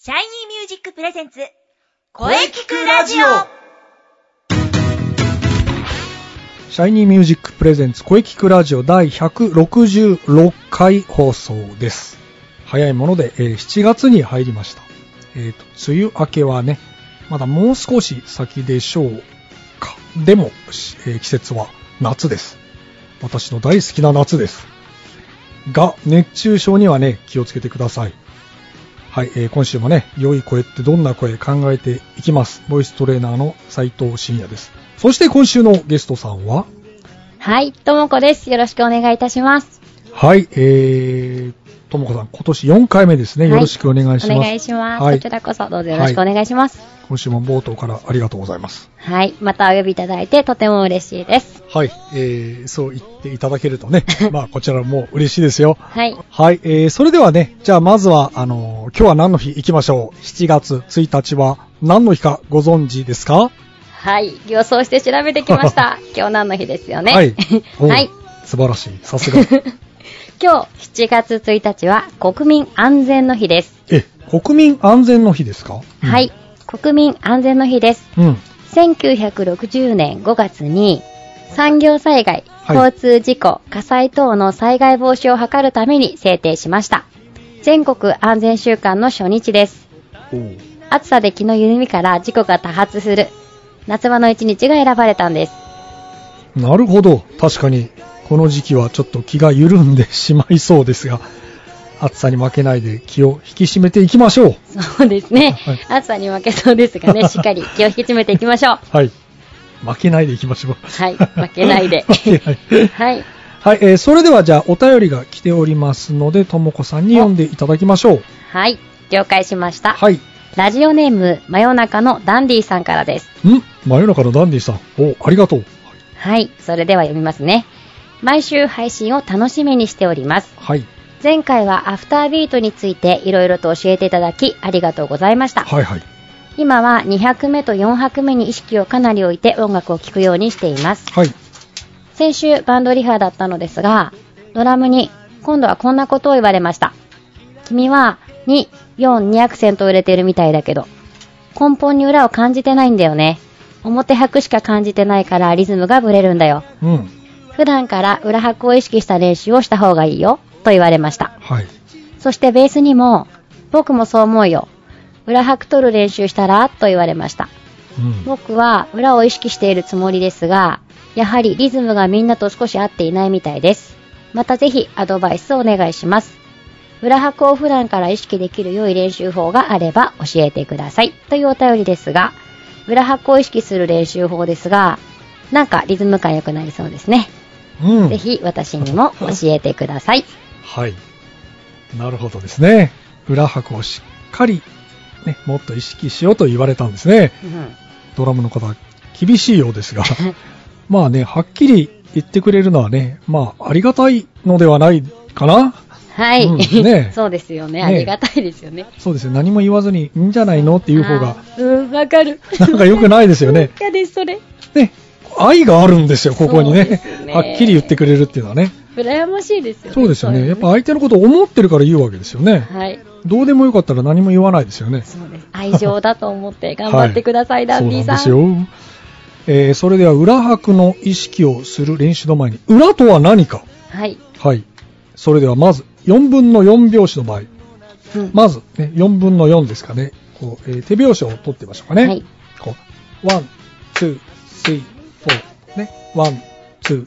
シャイニーミュージックプレゼンツ声聞くラジオ。 シャイニーミュージックプレゼンツ声聞くラジオ第166回放送です。早いもので、7月に入りました。梅雨明けはね、まだもう少し先でしょうか。でも、季節は夏です。私の大好きな夏です。が、熱中症にはね、気をつけてください。はい、今週もね、良い声ってどんな声考えていきます。ボイストレーナーの斉藤真也です。そして今週のゲストさんは、 はい、ともこです。よろしくお願いいたします。 はい、ともこさん、今年4回目ですね。よろしくお願いします。 お願いします。 はい、 こちらこそどうぞよろしくお願いします。 今週も冒頭からありがとうございます。 はい、またお呼びいただいてとても嬉しいです。 はい、そう言っていただけるとね、まあこちらも嬉しいですよ。 はい。 はい、それではね、じゃあまずは今日は何の日行きましょう。7月1日は何の日かご存知ですか？ はい、予想して調べてきました。今日何の日ですよね。 はい。 はい。 素晴らしい。さすが。 今日7月1日は国民安全の日です。 国民安全の日ですか？ はい。国民安全の日です。1960年5月に産業災害、交通事故、火災等の災害防止を図るために制定しました。全国安全週間の初日です。暑さで気の緩みから事故が多発する夏場の一日が選ばれたんです。 なるほど。確かにこの時期はちょっと気が緩んでしまいそうですが、暑さに負けないで気を引き締めていきましょう。 そうですね。はい、暑さに負けそうですがね、しっかり気を引き締めていきましょう。 はい。負けないでいきましょう。 はい。負けないで。はい。 はい。それではじゃあお便りが来ておりますので、ともこさんに読んでいただきましょう。 はい。了解しました。 はい。 ラジオネーム、真夜中のダンディさんからです。 真夜中のダンディさん。ありがとう。 はい。それでは読みますね。毎週配信を楽しみにしております。 はい。 前回はアフタービートについていろいろと教えていただきありがとうございました。 はいはい。 今は2拍目と4拍目に意識をかなり置いて音楽を聴くようにしています。 はい。 先週バンドリハだったのですが、ドラムに今度はこんなことを言われました。君は2、4、2アクセントを入れているみたいだけど、根本に裏を感じてないんだよね。表拍しか感じてないからリズムがブレるんだよ。普段から裏拍を意識した練習をした方がいいよ。と言われました。 はい。 そしてベースにも、僕もそう思うよ。裏拍取る練習したらと言われました。僕は裏を意識しているつもりですが、やはりリズムがみんなと少し合っていないみたいです。またぜひアドバイスをお願いします。裏拍を普段から意識できる良い練習法があれば教えてください。というお便りですが、裏拍を意識する練習法ですが、なんかリズム感良くなりそうですね。ぜひ私にも教えてください。 はい。なるほどですね。裏拍をしっかり、ね、もっと意識しようと言われたんですね。ドラムの方、厳しいようですが。まあね、はっきり言ってくれるのはね、まあ、ありがたいのではないかな。 はい。 ね、 そうですよね。ありがたいですよね。 そうですよ。何も言わずに、いいんじゃないのっていう方が。 わかる。 なんか良くないですよね。 嫌です、それ。 ね。愛があるんですよ、ここにね。はっきり言ってくれるっていうのはね。 羨ましいですよね。 そうですよね。やっぱ相手のことを思ってるから言うわけですよね。 はい。 どうでもよかったら何も言わないですよね。 そうです。愛情だと思って頑張ってください、ダンディさん。 そうなんですよ。それでは裏拍の意識をする練習の前に、裏とは何か。 はい。 はい。それではまず、4分の4拍子の場合。まず、ね、4分の4ですかね。こう手拍子を取ってみましょうかね。はい。こう、1、2、3、4。ね。1、2、3、4。1、2、3、4。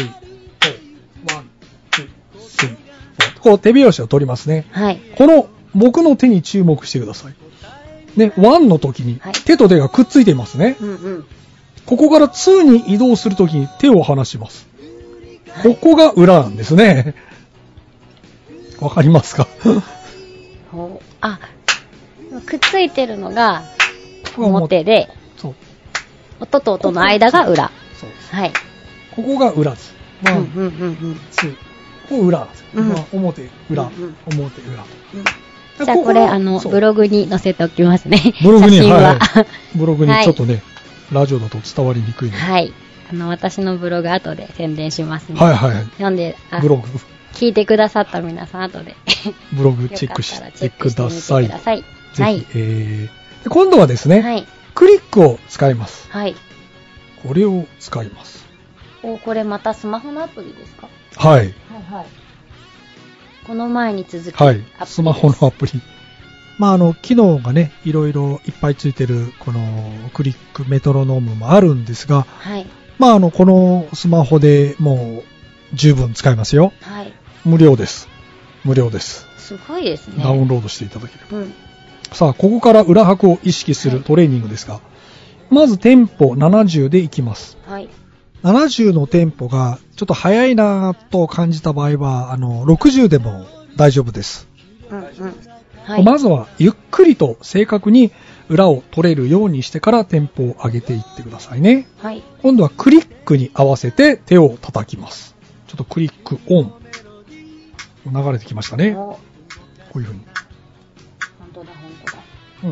こう手拍子を取りますね。 はい。 この僕の手に注目してください。ね、1の時に手と手がくっついていますね。ここから2に移動する時に手を離します。ここが裏なんですね。わかりますか？ あ、くっついてるのが表で、音と音の間が裏。 そうです。 はい。 ここが裏です。1、2、ここ裏なんですよ。表、裏、表、裏。 じゃあこれブログに載せておきますね。 ブログに、 写真は。 はい。ブログにちょっとね、ラジオだと伝わりにくいので。 はい。私のブログ後で宣伝しますね。 はいはい。 読んで、 ブログ。 聞いてくださった皆さん後で。 ブログチェックしてください。 ぜひ、 はいで今度はですね、 はい。 クリックを使います。 はい。 これを使います。 これまたスマホのアプリですか？ はい。 はいはい。この前に続きはい。 アプリです。 スマホのアプリ。機能がね、いろいろいっぱいついてる、このクリックメトロノームもあるんですが、 はい。 このスマホでもう十分使えますよ。 はい。 無料です。無料です。 すごいですね。 ダウンロードしていただければ。 うん。 さあ、ここから裏拍を意識するトレーニングですが、まずテンポ70でいきます。 はい。 70のテンポがちょっと速いなと感じた場合は、60でも大丈夫です。 うんうん。はい、 まずはゆっくりと正確に裏を取れるようにしてからテンポを上げていってくださいね。 はい。 今度はクリックに合わせて手を叩きます。ちょっとクリックオン。流れてきましたね。こういう風に。 本当だ本当だ。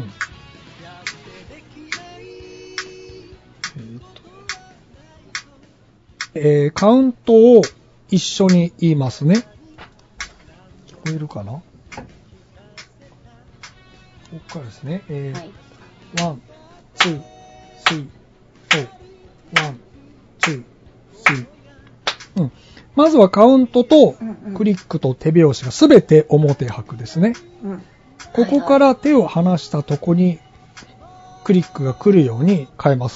うん。カウントを一緒に言いますね。聞こえるかな？ここからですね。 はい。 1、2、3、4、1、2、3。うん。まずはカウントとクリックと手拍子がすべて表拍ですね。 うん。 ここから手を離したとこにクリックが来るように変えます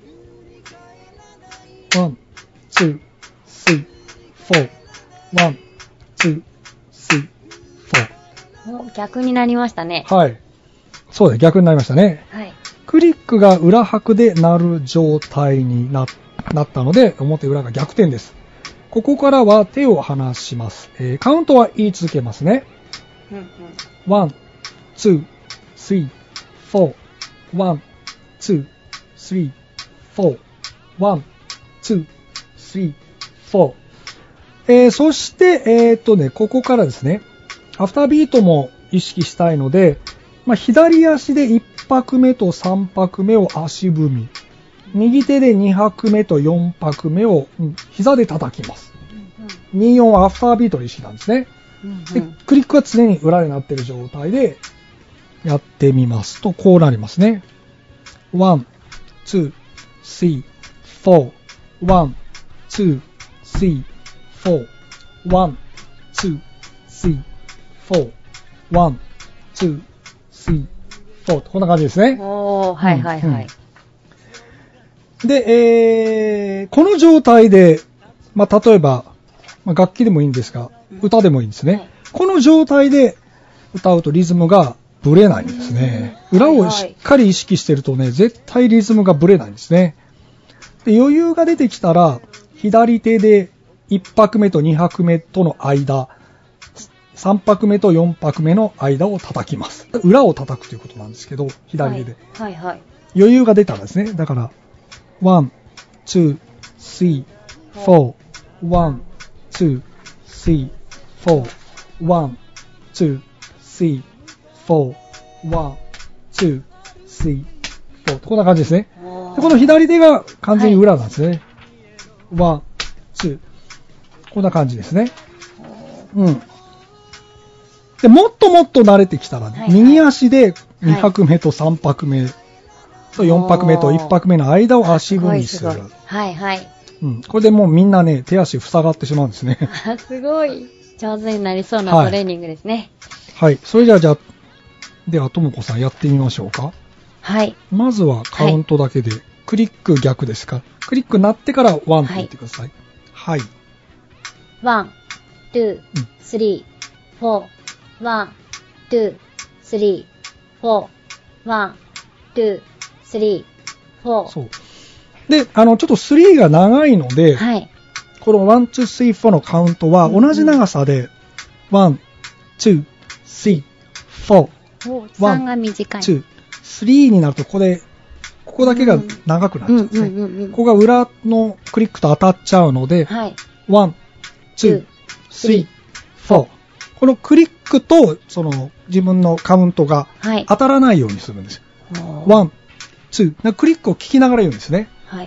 。1、2、3、4。1、2、3、4。 逆になりましたね。 はい。そうです。逆になりましたね。 はい。 クリックが裏拍で鳴る状態になったので、表裏が逆転です。ここからは手を離します。カウントは言い続けますね。1、2、3、4。1、2、3、4。1、2、3、4。そして、ここからですね、アフタービートも意識したいので、左足で1拍目と3拍目を足踏み。右手で2拍目と4拍目を膝で叩きます。24はアフタービートの意識なんですね。でクリックは常に裏になっている状態でやってみますと、こうなりますね。1、2、3、4。1、2、3、4。1、2、3、4。1、2、3、4。こんな感じですね。 はいはいはい。 で、この状態で、例えば、楽器でもいいんですが、歌でもいいんですね。この状態で歌うとリズムがブレないんですね。裏をしっかり意識してるとね、絶対リズムがブレないんですね。で、余裕が出てきたら、左手で1拍目と2拍目との間、3拍目と4拍目の間を叩きます。裏を叩くということなんですけど、左手で。 はいはい。 余裕が出たらですね。だから、1、2、3、4。1、2、3、4。1、2、3、4。1、2、3、4。こんな感じですね。でこの左手が完全に裏なんですね。1、2。こんな感じですね。うん。で、もっともっと慣れてきたら、ね、右足で2拍目と3拍目と4拍目と1拍目の間を足踏みする。 はいはい。 うん。これでもうみんなね、手足塞がってしまうんですね。 すごい。上手になりそうなトレーニングですね。 はい。それじゃあ、では、ともこさんやってみましょうか。 はい。 まずはカウントだけで、クリック逆ですか？クリック鳴ってから1って言ってください。はい。 1、2、3、4。1、2、3、4。1、2、3、4。 そう。で、ちょっと3が長いので、 はい。 この1、2、3、4のカウントは同じ長さで、1、2、3、4。 3が短い。 2、3になると、ここだけが長くなっちゃうんですね。ここが裏のクリックと当たっちゃうので、 はい。 1、2、3、4。このクリックと、自分のカウントが当たらないようにするんですよ。1、2。クリックを聞きながら言うんですね。 はい。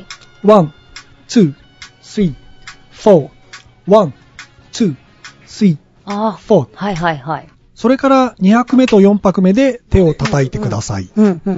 1、2、3、4。1、2、3、4。 はいはいはい。 それから2拍目と4拍目で手を叩いてください。 うんうん。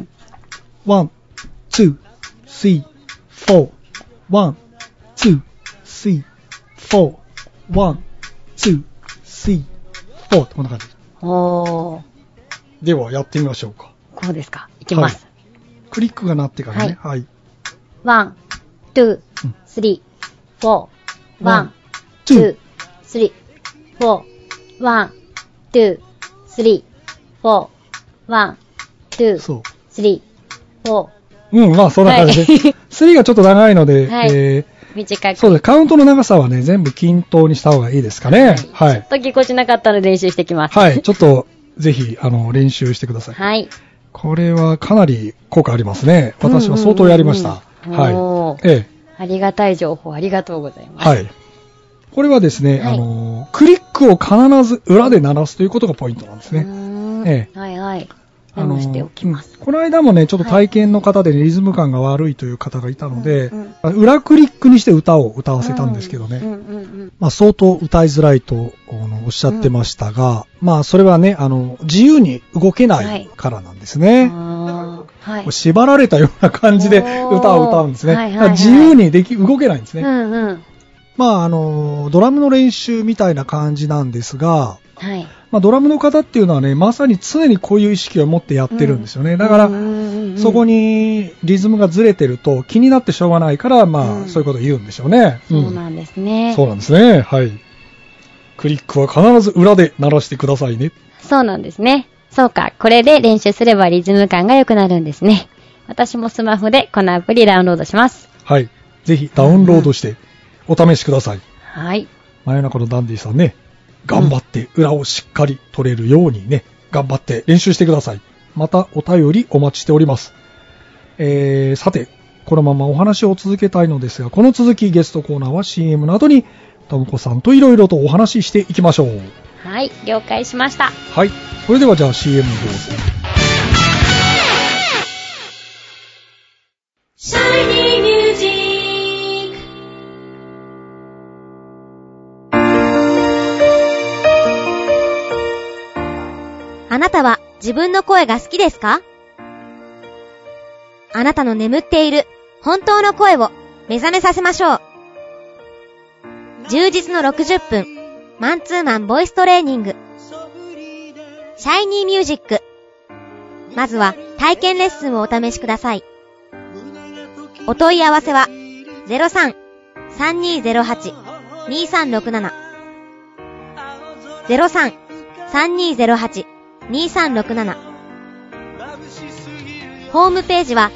1、2、3、4。1、2、3、4。1、2、3、4。こんな感じ。 おー。 では、やってみましょうか。 こうですか。いきます。 はい、クリックが鳴ってからね。 はい。1、2、3、4。1、2、3、4。1、2、3、4。1、2、3、4。 うん、まあ、そんな感じで。3がちょっと長いので、 はい、短く。 そうです。カウントの長さはね、全部均等にした方がいいですかね。はい。 ちょっとぎこちなかったので練習してきます。 はい。ちょっと、ぜひ、練習してください。 はい。 これはかなり効果ありますね。私は相当やりました。はい。 ありがたい情報ありがとうございます。 はい。これはですね、 はい、 クリックを必ず裏で鳴らすということがポイントなんですね。 はいはい。しておきます。 この間もね、ちょっと体験の方で、ね、リズム感が悪いという方がいたので、裏クリックにして歌を歌わせたんですけどね、まあ相当歌いづらいとおっしゃってましたが、まあそれはね、自由に動けないからなんですね。はい、縛られたような感じで歌を歌うんですね。自由に動けないんですね。まあドラムの練習みたいな感じなんですが、はい、まあ、ドラムの方っていうのはね、まさに常にこういう意識を持ってやってるんですよね。だから、そこにリズムがずれてると気になってしょうがないから、まあ、そういうことを言うんでしょうね。 そうなんですね。 そうなんですね。はい。クリックは必ず裏で鳴らしてくださいね。 そうなんですね。そうか。これで練習すればリズム感が良くなるんですね。私もスマホでこのアプリダウンロードします。 はい。ぜひダウンロードしてお試しください。 はい。 真夜中のダンディさんね。頑張って裏をしっかり取れるようにね、頑張って練習してください。またお便りお待ちしております。さて、このままお話を続けたいのですが、この続きゲストコーナーは CM の後に、ともこさんといろいろとお話ししていきましょう。 はい、了解しました。 はい、それではじゃあ CM どうぞ。 シャイニーミュージック。 あなたは自分の声が好きですか？あなたの眠っている本当の声を目覚めさせましょう。充実の60分マンツーマンボイストレーニング、シャイニーミュージック。まずは体験レッスンをお試しください。お問い合わせは 03-3208-2367 03-3208-2367。ホームページは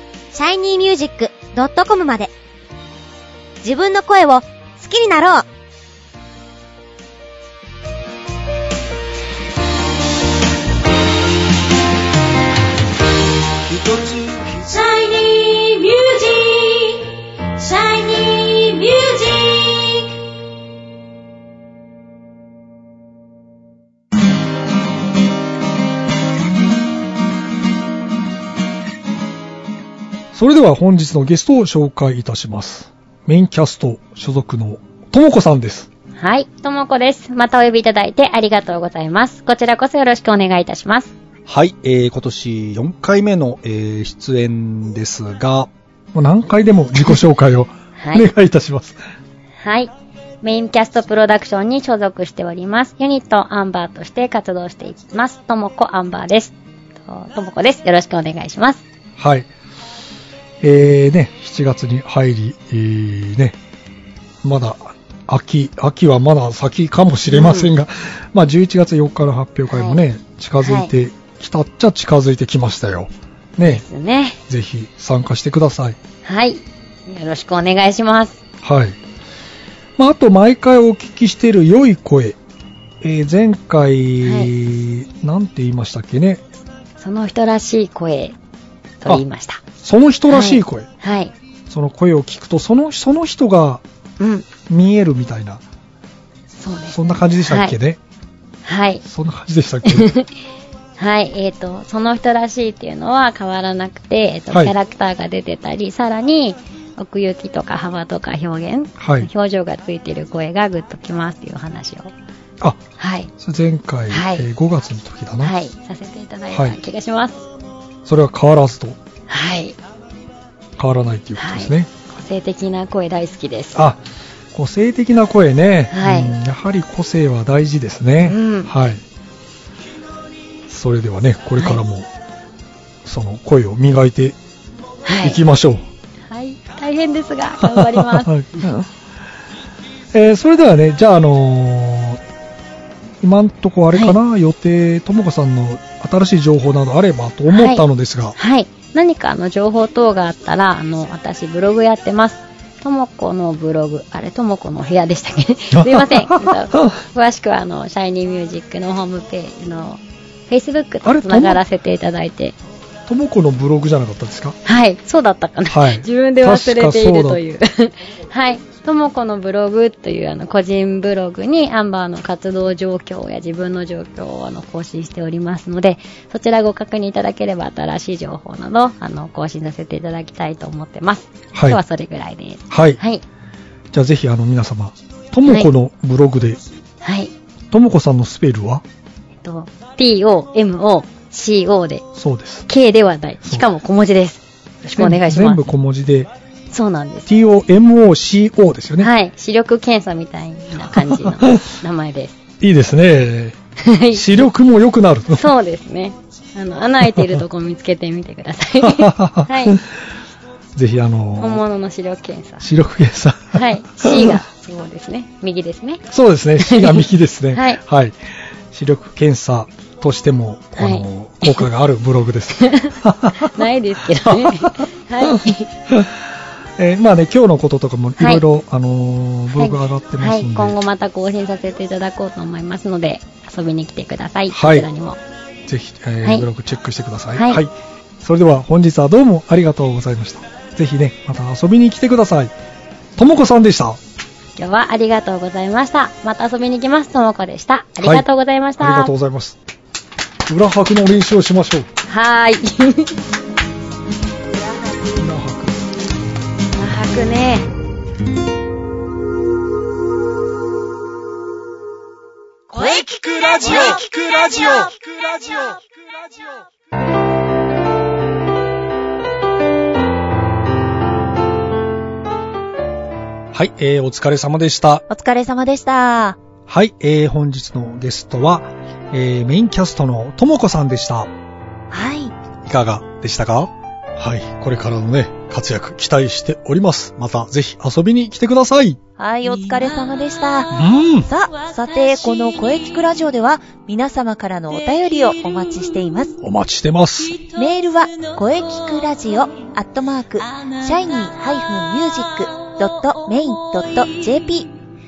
shinymusic.com まで。自分の声を好きになろう。 シャイニーミュージック、シャイニーミュージック。それでは本日のゲストを紹介いたします。メインキャスト所属のともこさんです。 はい、ともこです。またお呼びいただいてありがとうございます。こちらこそよろしくお願いいたします。 はい、今年4回目の、出演ですが、 もう何回でも自己紹介をお願いいたします。 はい。メインキャストプロダクションに所属しております。ユニットアンバーとして活動していきます。ともこアンバーです。ともこです。よろしくお願いします。 はい。7月に入り、まだ秋はまだ先かもしれませんが、まあ11月4日の発表会もね、近づいてきたっちゃ近づいてきましたよ。ね。 ですね。 ぜひ参加してください。 はい。よろしくお願いします。 はい。まああと毎回お聞きしている良い声。前回、なんて言いましたっけね。 その人らしい声と言いました。 その人らしい声。 はい。 その声を聞くと、その人が見えるみたいな。 そうです。 そんな感じでしたっけね。 はい。 そんな感じでしたっけはい。その人らしいっていうのは変わらなくて、キャラクターが出てたり、さらに奥行きとか幅とか表現、表情がついている声がグッときますっていう話をあ、 はい。 それ前回、 はい 5月の時だな。 はい。させていただいた気がします。 それは変わらずと。 はい。 変わらないっていうことですね。 個性的な声大好きです。 あ、個性的な声ね。 はい。 やはり個性は大事ですね。はい。それではね、これからも、その声を磨いていきましょう。 はい。大変ですが、頑張ります。 それではね、じゃあ今んとこあれかな、予定、ともこさんの新しい情報などあればと思ったのですが。 はい。何か情報等があったら、私ブログやってます。ともこのブログ、ともこの部屋でしたっけすいません。詳しくはシャイニーミュージックのホームページの Facebook とつながらせていただいて。 ともこのブログじゃなかったですか？ はい、そうだったかな。はい、自分で忘れているという。はい。ともこのブログという個人ブログにアンバーの活動状況や自分の状況を更新しておりますので、そちらご確認いただければ新しい情報など更新させていただきたいと思ってます。はい、今日はそれぐらいです。 はい。はい。じゃあぜひ皆様、ともこのブログで、はい。ともこさんのスペルは TOMOCO で。 そうです。 K ではない。しかも小文字です。よろしくお願いします。 全部小文字で。 そうなんです。 TOMOCO ですよね。 はい。視力検査みたいな感じの名前です。 いいですね。視力も良くなる。 そうですね。穴開いているとこ見つけてみてください。はい。 ぜひ本物の視力検査。 視力検査。 はい。C がそうですね。右ですね。 そうですね。C が右ですね。 はい。 はい。視力検査としても、効果があるブログです。 ないですけどね。はい。 まあね、今日のこととかもいろいろ、ブログ上がってますので、 今後また更新させていただこうと思いますので、遊びに来てください。こちらにも。 ぜひ、ブログチェックしてください。はい。それでは本日はどうもありがとうございました。ぜひね、また遊びに来てください。ともこさんでした。 今日はありがとうございました。また遊びに来ます。ともこでした。ありがとうございました。 ありがとうございます。裏拍の練習をしましょう。 はーい。裏拍ね。 声聞くラジオ。 はい、お疲れ様でした。 お疲れ様でした。 はい、本日のゲストは、メインキャストのともこさんでした。 はい。 いかがでしたか？はい、これからのね、活躍期待しております。またぜひ遊びに来てください。 はい、お疲れ様でした。 うん。 さて、この声聞くラジオでは、皆様からのお便りをお待ちしています。 お待ちしてます。 メールは、声聞くラジオ@shiny-music.main.jp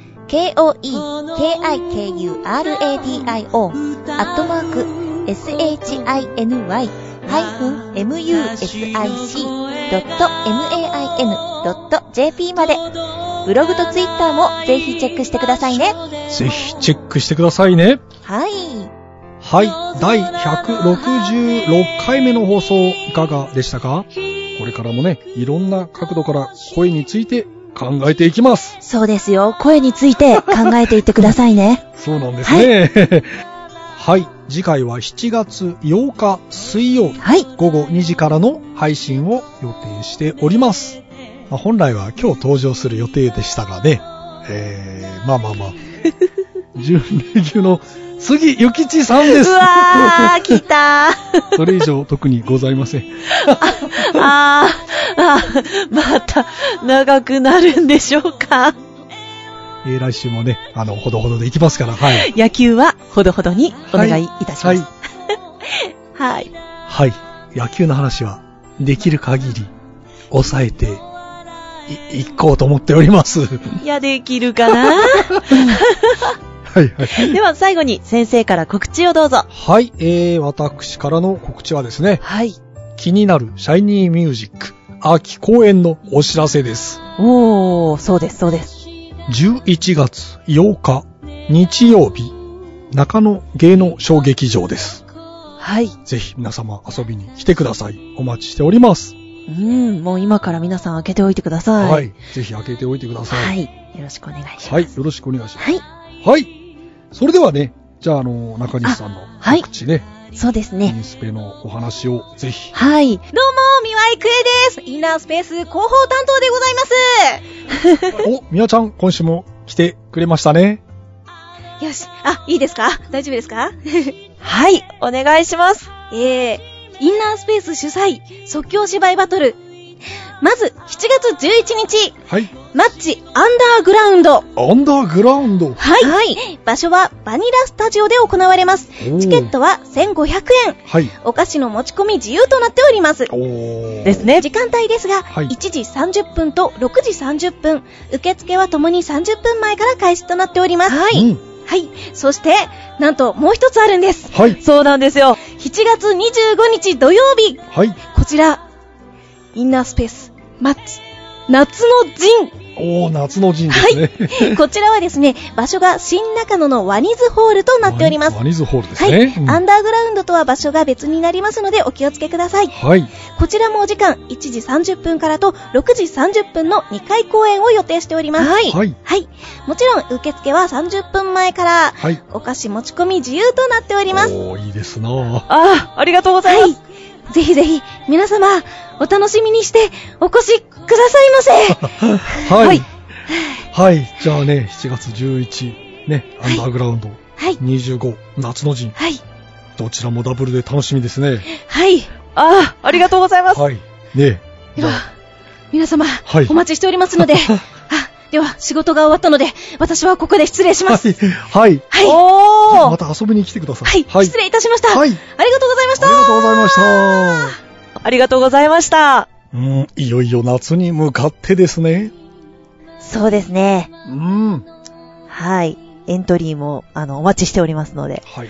KOEKIKURADIO@shiny-music.main.jp まで。ブログとツイッターもぜひチェックしてくださいね。 ぜひチェックしてくださいね。 はい。 はい、第166回目の放送いかがでしたか？これからもね、いろんな角度から声について考えていきます。 そうですよ。声について考えていってくださいね。 そうなんですね。はい、次回は7月8日水曜日、午後2時からの配信を予定しております。本来は今日登場する予定でしたがね、まあ準レギュの杉ゆきちさんです。 うわー、来たー。 それ以上特にございません。 また長くなるんでしょうか。 来週もね、ほどほどでいきますから、はい。 野球はほどほどにお願いいたします。 はい。はい。野球の話はできる限り抑えていこうと思っております。 いや、できるかな。 はいはい。 では最後に先生から告知をどうぞ。 はい、私からの告知はですね。 はい。 気になるシャイニーミュージック秋公演のお知らせです。 そうですそうです。 11月8日日曜日、中野芸能小劇場です。 はい。 ぜひ皆様遊びに来てください。お待ちしております。 もう今から皆さん開けておいてください。 はい。ぜひ開けておいてください。 はい。よろしくお願いします。 はい。よろしくお願いします。 はい。 はい。 それではね、じゃあ中西さんの告知ね。 そうですね。 インスペのお話をぜひ。 はい。 どうも、三輪郁恵です。インナースペース広報担当でございます。 お、みやちゃん、今週も来てくれましたね。 よし。いいですか？大丈夫ですか？ はい、お願いします。 インナースペース主催、即興芝居バトル。まず、7月11日。 はい。 マッチアンダーグラウンド。 アンダーグラウンド。 はい。はい。場所はバニラスタジオで行われます。チケットは1500円。 はい。 お菓子の持ち込み自由となっております。 ですね。 時間帯ですが、 はい、 1時30分と6時30分。受付はともに30分前から開始となっております。 はい。 はい。そして、なんともう一つあるんです。 はい。 そうなんですよ。 7月25日土曜日。 はい。 こちら、インナースペース、マッチ、夏の陣。 夏の陣ですね。 はい。こちらはですね、場所が新中野のワニズホールとなっております。 ワニズホールですね。 はい。アンダーグラウンドとは場所が別になりますのでお気をつけください。 はい。 こちらもお時間1時30分からと6時30分の2回公演を予定しております。 はい。 はい。 はい。もちろん受付は30分前から、 はい。 お菓子持ち込み自由となっております。 いいですなぁ。 ありがとうございます。はい。 ぜひぜひ、皆様、お楽しみにしてお越しくださいませ。 はい。はい。じゃあね、7月11、ね、アンダーグラウンド。 はい。 25、夏の陣。 はい。 どちらもダブルで楽しみですね。 はい。 ありがとうございます。 はい。ねでは、皆様、 はい、 お待ちしておりますので、では、仕事が終わったので、私はここで失礼します。 はい。 はい。 はい。また遊びに来てください。 はい。失礼いたしました。 はい。 ありがとうございました。 ありがとうございました。 ありがとうございました。 いよいよ夏に向かってですね。 そうですね。 はい。 エントリーも、お待ちしておりますので。 はい。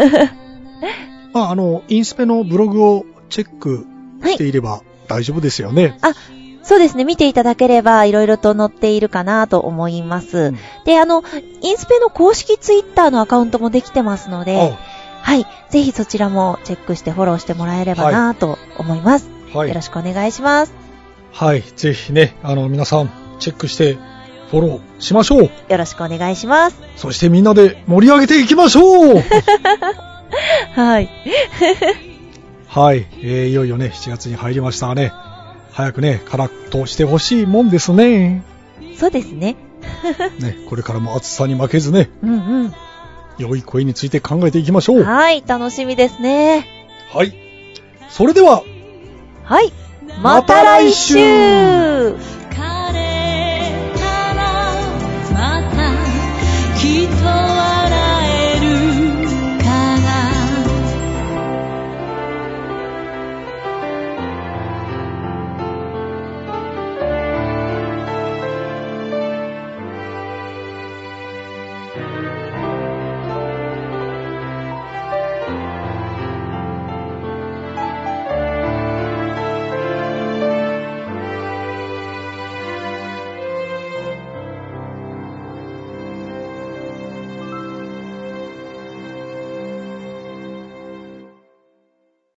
インスペのブログをチェックしていれば大丈夫ですよね。 そうですね。見ていただければ、いろいろと載っているかなと思います。で、インスペの公式ツイッターのアカウントもできてますので、はい。ぜひそちらもチェックしてフォローしてもらえればなと思います。はい。よろしくお願いします。 はい。ぜひね、皆さん、チェックして、フォローしましょう。 よろしくお願いします。 そしてみんなで盛り上げていきましょうはい。 はい。いよいよね、7月に入りましたね。早くね、カラッとしてほしいもんですね。 そうですね。 ね、これからも暑さに負けずね。良い声について考えていきましょう。 はい、楽しみですね。 はい。それでは。 はい。また来週